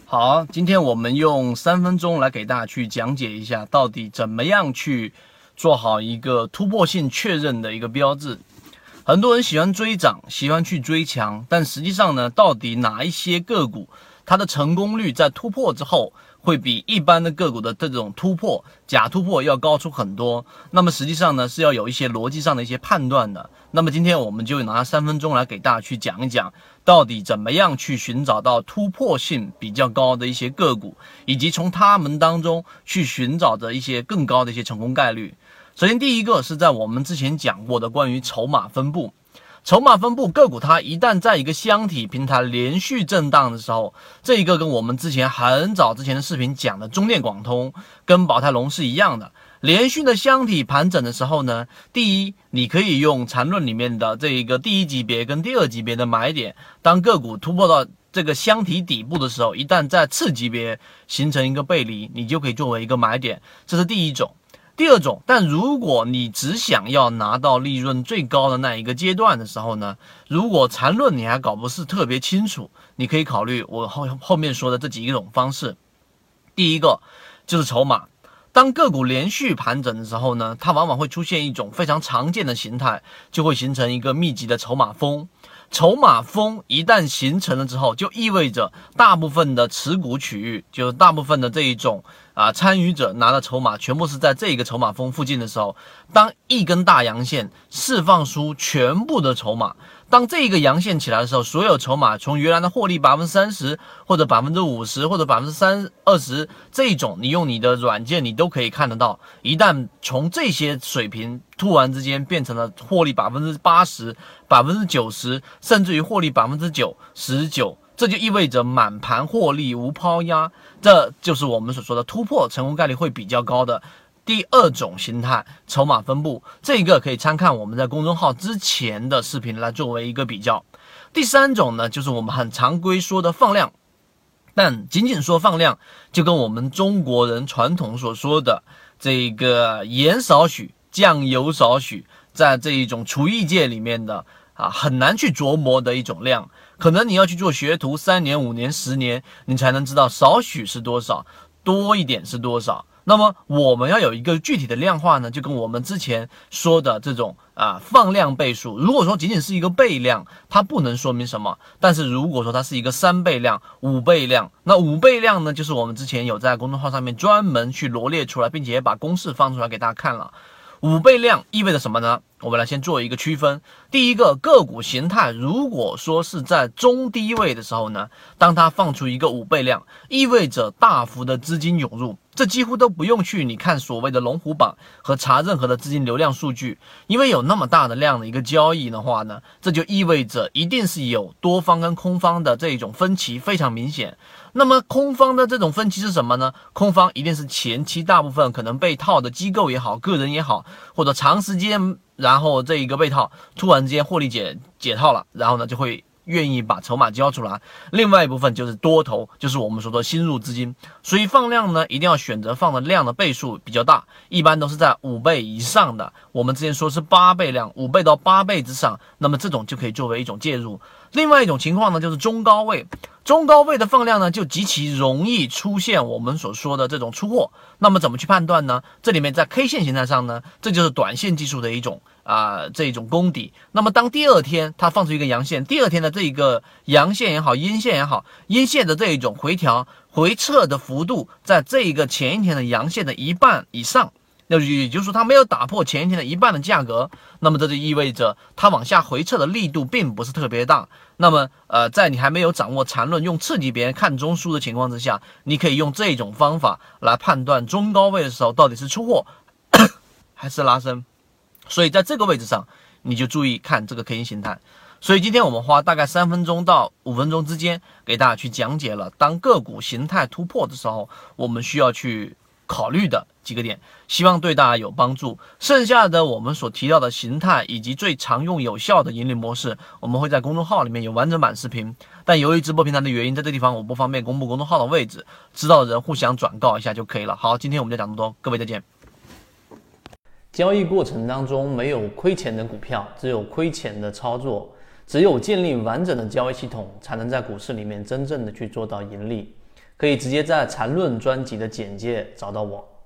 好，今天我们用3分钟来给大家去讲解一下，到底怎么样去做好一个突破性确认的一个标志。很多人喜欢追涨，喜欢去追强，但实际上呢，到底哪一些个股它的成功率在突破之后会比一般的个股的这种突破假突破要高出很多？那么实际上呢，是要有一些逻辑上的一些判断的。那么今天我们就拿3分钟来给大家去讲一讲，到底怎么样去寻找到突破性比较高的一些个股，以及从他们当中去寻找着一些更高的一些成功概率。首先第一个是在我们之前讲过的关于筹码分布。筹码分布个股它一旦在一个箱体平台连续震荡的时候，这一个跟我们之前很早之前的视频讲的中电广通跟宝泰隆是一样的。连续的箱体盘整的时候呢，第一，你可以用缠论里面的这一个第一级别跟第二级别的买点，当个股突破到这个箱体底部的时候，一旦在次级别形成一个背离，你就可以作为一个买点，这是第一种。第二种，但如果你只想要拿到利润最高的那一个阶段的时候呢，如果缠论你还搞不是特别清楚，你可以考虑我后面说的这几种方式。第一个就是筹码。当个股连续盘整的时候呢，它往往会出现一种非常常见的形态，就会形成一个密集的筹码峰。筹码峰一旦形成了之后，就意味着大部分的持股区域，就是大部分的这一种参与者拿的筹码全部是在这个筹码峰附近的时候，当一根大阳线释放出全部的筹码，当这个阳线起来的时候，所有筹码从原来的获利 30% 或者 50% 或者 20% 这种，你用你的软件你都可以看得到，一旦从这些水平突然之间变成了获利 80%、90%， 甚至于获利 99%，这就意味着满盘获利无抛压，这就是我们所说的突破成功概率会比较高的第二种形态，筹码分布。这个可以参看我们在公众号之前的视频来作为一个比较。第三种呢，就是我们很常规说的放量，但仅仅说放量，就跟我们中国人传统所说的这个盐少许酱油少许，在这一种厨艺界里面的很难去琢磨的一种量，可能你要去做学徒3年、5年、10年，你才能知道少许是多少，多一点是多少。那么我们要有一个具体的量化呢，就跟我们之前说的这种放量倍数，如果说仅仅是一个倍量，它不能说明什么，但是如果说它是一个3倍量、5倍量，那5倍量呢，就是我们之前有在公众号上面专门去罗列出来，并且也把公式放出来给大家看了。5倍量意味着什么呢？我们来先做一个区分。第一个，个股形态如果说是在中低位的时候呢，当它放出一个5倍量，意味着大幅的资金涌入，这几乎都不用去你看所谓的龙虎榜和查任何的资金流量数据，因为有那么大的量的一个交易的话呢，这就意味着一定是有多方跟空方的这种分歧非常明显。那么空方的这种分歧是什么呢？空方一定是前期大部分可能被套的机构也好，个人也好，或者长时间然后这一个被套突然之间获利解套了，然后呢就会愿意把筹码交出来。另外一部分就是多头，就是我们说的新入资金，所以放量呢一定要选择放的量的倍数比较大，一般都是在5倍以上的。我们之前说是8倍量，5倍到8倍之上，那么这种就可以作为一种介入。另外一种情况呢，就是中高位，中高位的放量呢就极其容易出现我们所说的这种出货。那么怎么去判断呢？这里面在 K 线形态上呢，这就是短线技术的一种这一种功底。那么当第二天它放出一个阳线，第二天的这个阳线也好，阴线也好，阴线的这一种回调回撤的幅度在这一个前一天的阳线的一半以上，那也就是说它没有打破前一天的一半的价格，那么这就意味着它往下回撤的力度并不是特别大。那么在你还没有掌握缠论用次级别看中枢的情况之下，你可以用这种方法来判断中高位的时候到底是出货还是拉升。所以在这个位置上你就注意看这个 K 线形态。所以今天我们花大概3分钟到5分钟之间给大家去讲解了当个股形态突破的时候我们需要去考虑的几个点，希望对大家有帮助。剩下的我们所提到的形态以及最常用有效的盈利模式，我们会在公众号里面有完整版视频，但由于直播平台的原因，在这地方我不方便公布公众号的位置，知道的人互相转告一下就可以了。好，今天我们就讲这么多，各位再见。 交易过程当中没有亏钱的股票，只有亏钱的操作。只有建立完整的交易系统，才能在股市里面真正的去做到盈利。 可以直接在缠论专辑的简介找到我。